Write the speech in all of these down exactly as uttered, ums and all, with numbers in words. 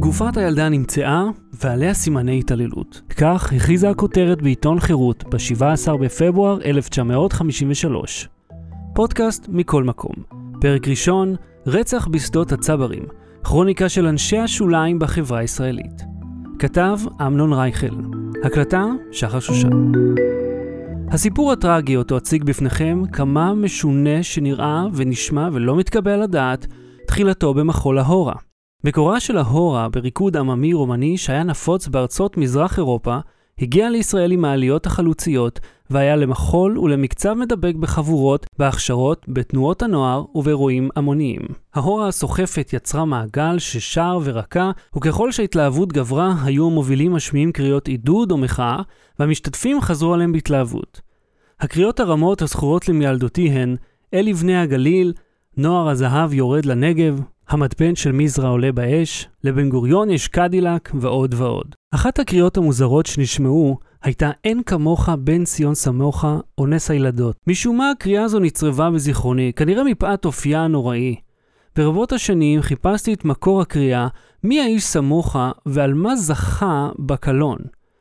גופת הילדה נמצאה ועליה סימני התעללות. כך הכריזה הכותרת בעיתון חירות ב-שבעה עשר בפברואר אלף תשע מאות חמישים ושלוש. פודקאסט מכל מקום. פרק ראשון, רצח בשדות הצברים. כרוניקה של אנשי השוליים בחברה הישראלית. כתב אמנון רייכל. הקלטה שחר שושן. הסיפור הטרגי אותו אציג בפניכם כמה משונה שנראה ונשמע ולא מתקבל לדעת תחילתו במחול ההורה. מקורה של ההורה בריקוד עממי רומני שהיה נפוץ בארצות מזרח אירופה, הגיע לישראל עם העליות החלוציות והיה למחול ולמקצב מדבק בחבורות, בהכשרות, בתנועות הנוער ובאירועים המוניים. ההורה הסוחפת יצרה מעגל ששר ורקע, וככל שההתלהבות גברה היו המובילים משמיעים קריאות עידוד או מחאה, והמשתתפים חזרו עליהם בהתלהבות. הקריאות הרמות הזכורות לי מילדותי הן אל לבני הגליל, נוער הזהב יורד לנגב, המתפן של מזרע עולה באש, לבן גוריון יש קדילק ועוד ועוד. אחת הקריאות המוזרות שנשמעו הייתה אין כמוך בן ציון סמוך או נס הילדות. משום מה הקריאה הזו נצרבה בזיכרוני, כנראה מפאת אופייה הנוראי. ברבות השנים חיפשתי את מקור הקריאה מי האיש סמוך ועל מה זכה בקלון.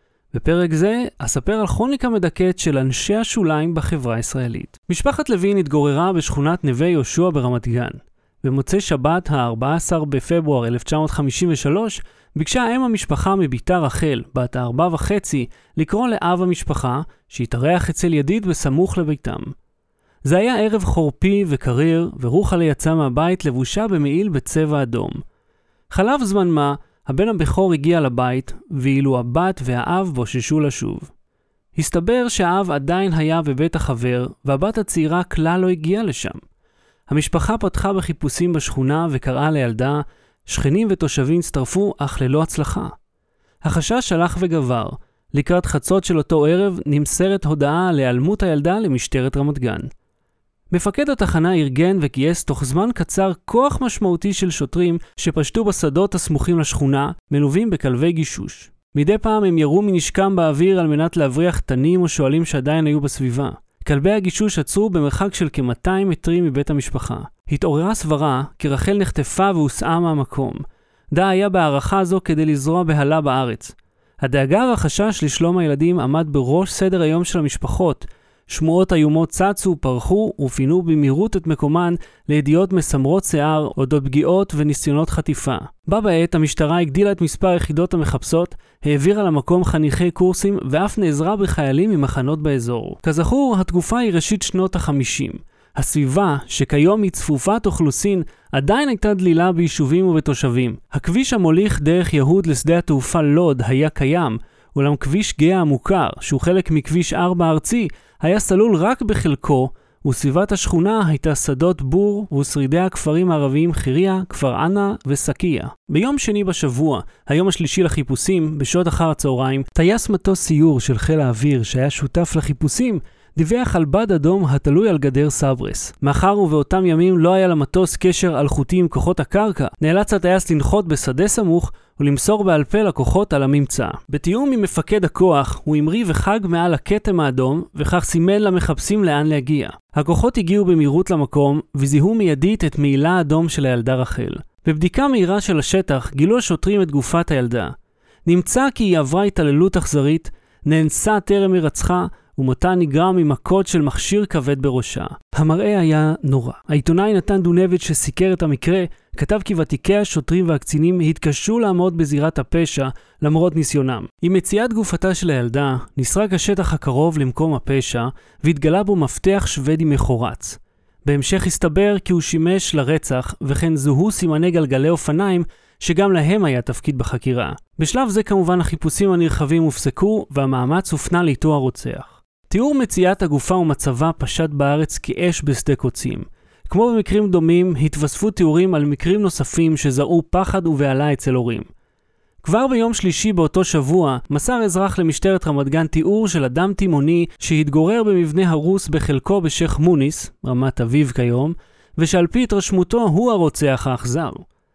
בפרק זה אספר על כרוניקה מדכאת של אנשי השוליים בחברה הישראלית. משפחת לוין התגוררה בשכונת נווה יהושע ברמת גן. במוצאי שבת ה-ארבעה עשר בפברואר אלף תשע מאות חמישים ושלוש ביקשה אם המשפחה מביתה רחל, בת הארבע וחצי, לקרוא לאב המשפחה שהתארח אצל ידיד בסמוך לביתם. זה היה ערב חורפי וקריר, ורוחלה יצא מהבית לבושה במעיל בצבע אדום. חלף זמן מה, הבן הבכור הגיע לבית, ואילו הבת והאב בוששו לשוב. הסתבר שהאב עדיין היה בבית החבר, והבת הצעירה כלל לא הגיעה לשם. המשפחה פתחה בחיפושים בשכונה וקראה לילדה, שכנים ותושבים הצטרפו אך ללא הצלחה. החשש הלך וגבר. לקראת חצות של אותו ערב נמסרת הודעה על היעלמות הילדה למשטרת רמת גן. מפקד התחנה ארגן וגייס תוך זמן קצר כוח משמעותי של שוטרים שפשטו בשדות הסמוכים לשכונה, מלווים בכלבי גישוש. מדי פעם הם ירו מנשקם באוויר על מנת להבריח תנים או שואלים שעדיין היו בסביבה. כלבי הגישוש עצרו במרחק של כ-מאתיים מטרים מבית המשפחה. התעוררה סברה כי רחל נחטפה והוסעה מהמקום. דה היה בהערכה הזו כדי לזרוע בהלה בארץ. הדאגה והחשש לשלום הילדים עמד בראש סדר היום של המשפחות. שמועות איומות צצו, פרחו ופינו במהירות את מקומן לידיעות מסמרות שיער, אודות פגיעות וניסיונות חטיפה. בה בעת המשטרה הגדילה את מספר יחידות המחפשות, העבירה למקום חניכי קורסים ואף נעזרה בחיילים ממחנות באזור. כזכור, התקופה היא ראשית שנות החמישים. הסביבה, שכיום היא צפופת אוכלוסין, עדיין הייתה דלילה ביישובים ובתושבים. הכביש המוליך דרך יהוד לשדה התעופה לוד היה קיים, אולם כביש גאה המוכר, שהוא חלק מכביש ארבע ארצי, היה סלול רק בחלקו, וסביבת השכונה הייתה שדות בור ושרידי הכפרים הערביים חיריה, כפר ענה וסקיה. ביום שני בשבוע, היום השלישי לחיפושים, בשעות אחר הצהריים, טייס מטוס סיור של חיל האוויר שהיה שותף לחיפושים, דיווח על בד אדום התלוי על גדר סברס. מאחר ובאותם ימים לא היה למטוס קשר אלחוטי עם כוחות הקרקע, נאלץ הטייס לנחות בשדה סמוך ולמסור בעל פה לכוחות על הממצא. בתיאום עם מפקד הכוח, הוא המריא וחג מעל הכתם האדום, וכך סימן למחפשים לאן להגיע. הכוחות הגיעו במהירות למקום, וזיהו מיידית את מעילה האדום של הילדה רחל. בבדיקה מהירה של השטח, גילו השוטרים את גופת הילדה. נמצא כי היא עברה התעללות אכזרית, נאנסה טרם הירצחה, ומותה נגרם ממכות של מכשיר כבד בראשה. המראה היה נורא. העיתונאי נתן דונביץ' שסיקר את המקרה, כתב כי ותיקי השוטרים והקצינים התקשו לעמוד בזירת הפשע למרות ניסיונם. עם מציאת גופתה של הילדה, נסרק השטח הקרוב למקום הפשע, והתגלה בו מפתח שוודי מחורץ. בהמשך הסתבר כי הוא שימש לרצח, וכן זוהו סימני גלגלי אופניים, שגם להם היה תפקיד בחקירה. בשלב זה כמובן החיפושים הנרחבים הופסקו, והמאמץ הופנה לאיתור הרוצח. תיאור מציאת הגופה ומצבה פשט בארץ כאש בשדה קוצים. כמו במקרים דומים, התווספו תיאורים על מקרים נוספים שזרעו פחד ובהלה אצל הורים. כבר ביום שלישי באותו שבוע, מסר אזרח למשטרת רמת גן תיאור של אדם תימוני שהתגורר במבנה הרוס בחלקו בשייח מוניס, רמת אביב כיום, ושעל פי התרשמותו הוא הרוצח האכזר.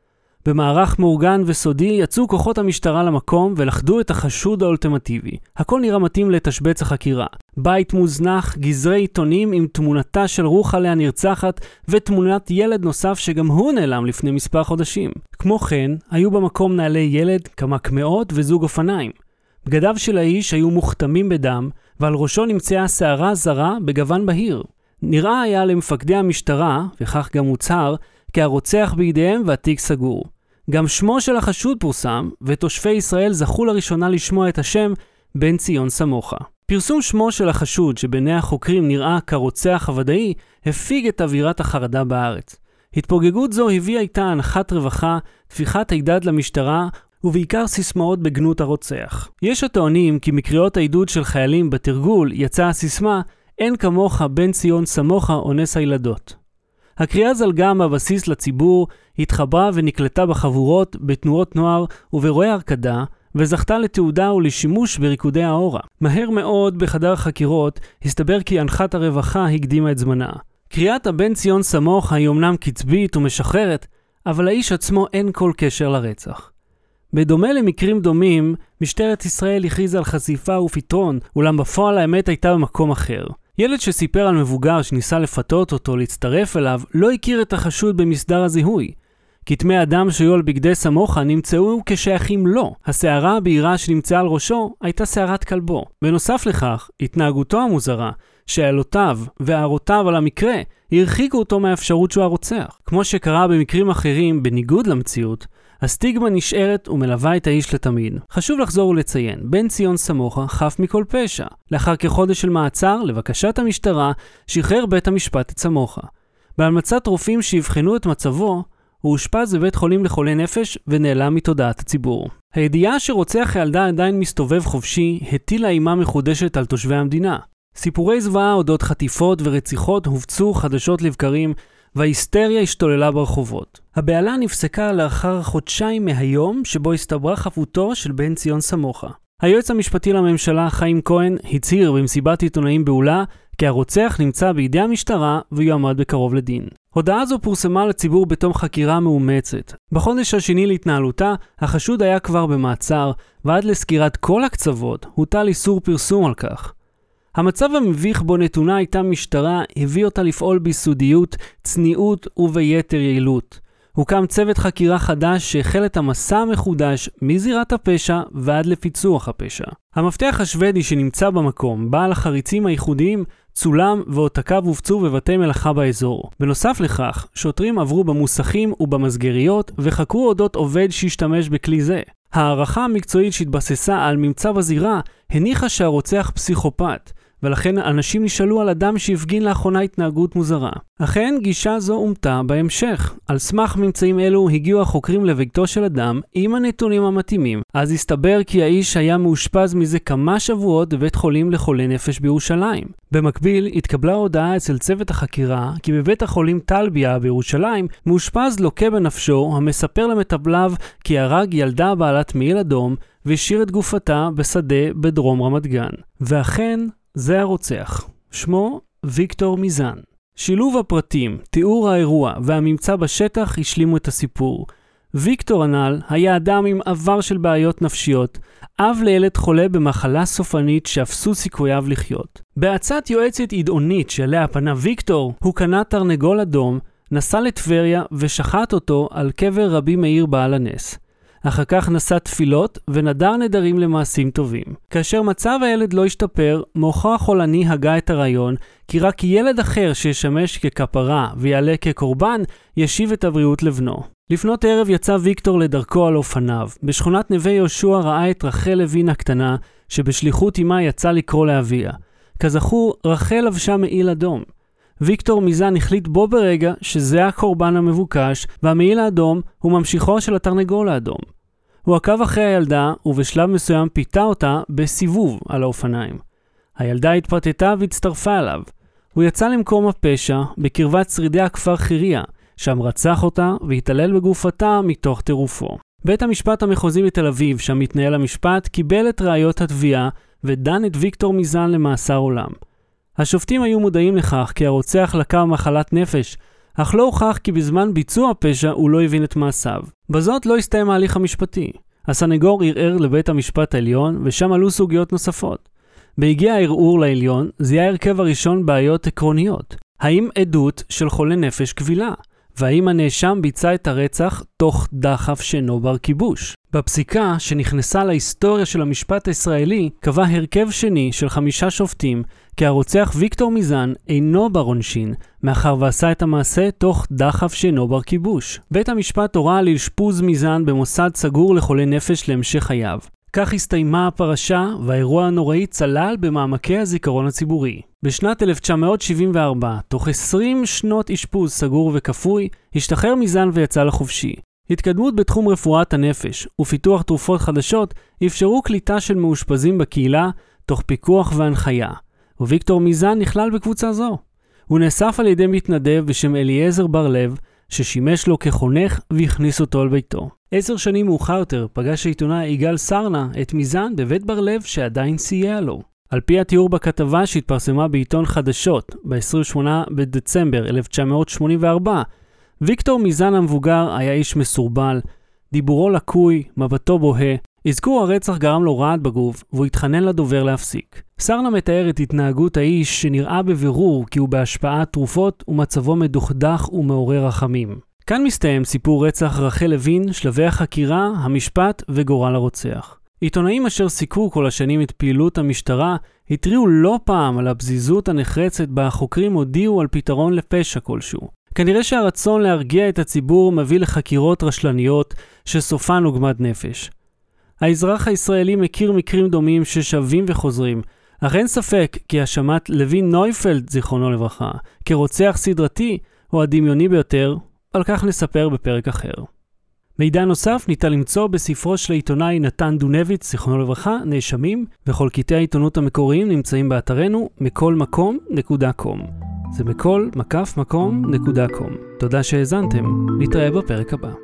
במערך מאורגן וסודי יצאו כוחות המשטרה למקום ולכדו את החשוד האולטימטיבי. הכל נראה מתאים לתשבץ החקירה. בית מוזנח, גזרי עיתונים עם תמונתה של רוחלה הנרצחת ותמונת ילד נוסף שגם הוא נעלם לפני מספר חודשים. כמו כן, היו במקום נעלי ילד, כמה קמעות וזוג אופניים. בגדיו של האיש היו מוכתמים בדם, ועל ראשו נמצאה שערה זרה בגוון בהיר. נראה היה למפקדי המשטרה, וכך גם הוצהר, כי הרוצח בידיהם והתיק סגור. גם שמו של החשוד פורסם, ותושבי ישראל זכו לראשונה לשמוע את השם בן ציון סמוחה. פרסום שמו של החשוד שבעיני החוקרים נראה כרוצח הוודאי, הפיג את אווירת החרדה בארץ. התפוגגות זו הביאה איתה הנחת רווחה, תפיחת הידד למשטרה, ובעיקר סיסמאות בגנות הרוצח. יש הטוענים כי מקריאות העידוד של חיילים בתרגול יצאה הסיסמה, אין כמוך בן ציון סמוחה אונס הילדות. הקריאה זלגה מהבסיס לציבור, התחברה ונקלטה בחבורות, בתנועות נוער ובאירועי הרקדה, וזכתה לתעודה ולשימוש בריקודי האורה. מהר מאוד בחדר החקירות הסתבר כי הנחת הרווחה הקדימה את זמנה. קריאת הבן ציון סמוחה היא אומנם קצבית ומשחררת, אבל האיש עצמו אין כל קשר לרצח. בדומה למקרים דומים, משטרת ישראל הכריזה על חשיפה ופתרון, אולם בפועל האמת הייתה במקום אחר. ילד שסיפר על מבוגר שניסה לפתות אותו להצטרף אליו, לא הכיר את החשוד במסדר הזיהוי. כתמי אדם שהיו על בגדי סמוחה נמצאו כשייכים לו. השערה הבהירה שנמצאה על ראשו הייתה שערת כלבו. בנוסף לכך, התנהגותו המוזרה, שאלותיו והערותיו על המקרה, הרחיקו אותו מהאפשרות שהוא הרוצח. כמו שקרה במקרים אחרים בניגוד למציאות, הסטיגמה נשארת ומלווה את האיש לתמיד. חשוב לחזור ולציין, בן ציון סמוחה חף מכל פשע. לאחר כחודש של מעצר, לבקשת המשטרה, שחרר בית המשפט את סמוחה. בהמלצת רופאים שיבחנו את מצבו, הוא הושפז בבית חולים לחולי נפש ונעלם מתודעת הציבור. הידיעה שרוצח הילדה עדיין מסתובב חופשי, הטילה אימה מחודשת על תושבי המדינה. סיפורי זוועה אודות חטיפות ורציחות הופצו חדשות לבקרים, וההיסטריה השתוללה ברחובות. הבעלה נפסקה לאחר חודשיים מהיום שבו הסתברה חפותו של בן ציון סמוחה. היועץ המשפטי לממשלה חיים כהן הצהיר במסיבת עיתונאים בעולה כי הרוצח נמצא בידי המשטרה ויועמד בקרוב לדין. הודעה זו פורסמה לציבור בתום חקירה מאומצת. בחודש השני להתנהלותה, החשוד היה כבר במעצר, ועד לסקירת כל הקצוות הוטל איסור פרסום על כך. המצב המביך בו נתונה הייתה משטרה הביא אותה לפעול ביסודיות, צניעות וביתר יעילות. הוקם צוות חקירה חדש שהחל את המסע המחודש מזירת הפשע ועד לפיצוח הפשע. המפתח השוודי שנמצא במקום, בעל החריצים הייחודיים, צולם ועותקיו הופצו בבתי מלאכה באזור. בנוסף לכך, שוטרים עברו במוסכים ובמסגריות וחקרו אודות עובד שהשתמש בכלי זה. הערכה המקצועית שהתבססה על ממצא בזירה הניחה שהרוצח פסיכופת, ולכן אנשים נשאלו על אדם שהפגין לאחרונה התנהגות מוזרה. אכן, גישה זו אומתה בהמשך. על סמך ממצאים אלו הגיעו החוקרים לביתו של אדם עם הנתונים המתאימים. אז הסתבר כי האיש היה מאושפז מזה כמה שבועות בבית חולים לחולי נפש בירושלים. במקביל, התקבלה הודעה אצל צוות החקירה כי בבית החולים טלביה בירושלים מאושפז לוקה בנפשו המספר למטפליו כי הרג ילדה בעלת מעיל אדום והשאיר את גופתה בשדה בדרום רמת גן. ואכן, זה הרוצח. שמו ויקטור מיזן. שילוב הפרטים, תיאור האירוע והממצא בשטח השלימו את הסיפור. ויקטור הנ"ל היה אדם עם עבר של בעיות נפשיות, אב לילד חולה במחלה סופנית שאפסו סיכוייו לחיות. בעצת יועצת עדעונית שעליה פנה ויקטור, הוא קנה תרנגול אדום, נסע לטבריה ושחט אותו על קבר רבי מאיר בעל הנס. אחר כך נשא תפילות ונדר נדרים למעשים טובים. כאשר מצב הילד לא השתפר, מוחו החולני הגה את הרעיון, כי רק ילד אחר שישמש ככפרה ויעלה כקורבן, ישיב את הבריאות לבנו. לפנות ערב יצא ויקטור לדרכו על אופניו. בשכונת נווה יהושע ראה את רחל לוין הקטנה, שבשליחות אמה יצא לקרוא לאביה. כזכור, רחל לבשה מעיל אדום. ויקטור מיזן החליט בו ברגע שזה הקורבן המבוקש, והמעיל האדום הוא ממשיכו של התרנגול האדום. הוא עקב אחרי הילדה, ובשלב מסוים פיתה אותה בסיבוב על האופניים. הילדה התפתתה והצטרפה אליו. הוא יצא למקום הפשע, בקרבת שרידי הכפר חיריה, שם רצח אותה והתעלל בגופתה מתוך טירופו. בית המשפט המחוזי בתל אביב, שם מתנהל המשפט, קיבל את ראיות התביעה, ודן את ויקטור מיזן למאסר עולם. השופטים היו מודעים לכך כי הרוצח לקה מחלת נפש, אך לא הוכח כי בזמן ביצוע הפשע הוא לא הבין את מעשיו. בזאת לא הסתיים ההליך המשפטי. הסנגור ערער לבית המשפט העליון, ושם עלו סוגיות נוספות. בהגיע הערעור לעליון, זיהה הרכב הראשון בעיות עקרוניות. האם עדות של חולה נפש קבילה? והאם הנאשם ביצע את הרצח תוך דחף שאינו בר כיבוש? בפסיקה שנכנסה להיסטוריה של המשפט הישראלי, קבע הרכב שני של חמישה שופטים כי הרוצח ויקטור מיזן אינו בר עונשין, מאחר ועשה את המעשה תוך דחף שאינו בר כיבוש. בית המשפט הורה על אשפוז מיזן במוסד סגור לחולי נפש להמשך חייו. כך הסתיימה הפרשה, והאירוע הנוראי צלל במעמקי הזיכרון הציבורי. בשנת אלף תשע מאות שבעים וארבע, תוך עשרים שנות אשפוז סגור וכפוי, השתחרר מיזן ויצא לחופשי. התקדמות בתחום רפואת הנפש ופיתוח תרופות חדשות אפשרו קליטה של מאושפזים בקהילה תוך פיקוח והנחיה, וויקטור מיזן נכלל בקבוצה זו. הוא נאסף על ידי מתנדב בשם אליעזר בר לב, ששימש לו כחונך והכניס אותו על ביתו. עשר שנים מאוחר יותר פגש העיתונאי יגאל סרנה את מיזן בבית בר לב שעדיין סייע לו. על פי התיאור בכתבה שהתפרסמה בעיתון חדשות ב-עשרים ושמונה בדצמבר אלף תשע מאות שמונים וארבע, ויקטור מיזן המבוגר היה איש מסורבל, דיבורו לקוי, מבטו בוהה, אזכור הרצח גרם לו רעד בגוף והוא התחנן לדובר להפסיק. סרנה מתאר את התנהגות האיש שנראה בבירור כי הוא בהשפעת תרופות ומצבו מדוכדך ומעורר רחמים. כאן מסתיים סיפור רצח רחל לוין, שלבי החקירה, המשפט וגורל הרוצח. עיתונאים אשר סיקרו כל השנים את פעילות המשטרה התריעו לא פעם על הבזיזות הנחרצת בה החוקרים הודיעו על פתרון לפשע כלשהו. כנראה שהרצון להרגיע את הציבור מביא לחקירות רשלניות שסופן עוגמת נפש. האזרח הישראלי מכיר מקרים דומים ששבים וחוזרים, אך אין ספק כי האשמת לוין נויפלד, זיכרונו לברכה, כרוצח סדרתי הוא הדמיוני ביותר, על כך נספר בפרק אחר. מידע נוסף ניתן למצוא בספרו של העיתונאי נתן דונביץ, זיכרונו לברכה, נאשמים, וכל קטעי העיתונות המקוריים נמצאים באתרנו מכל מקום נקודה קום. זה מכל מקף מקום נקודה קום. תודה שהאזנתם, נתראה בפרק הבא.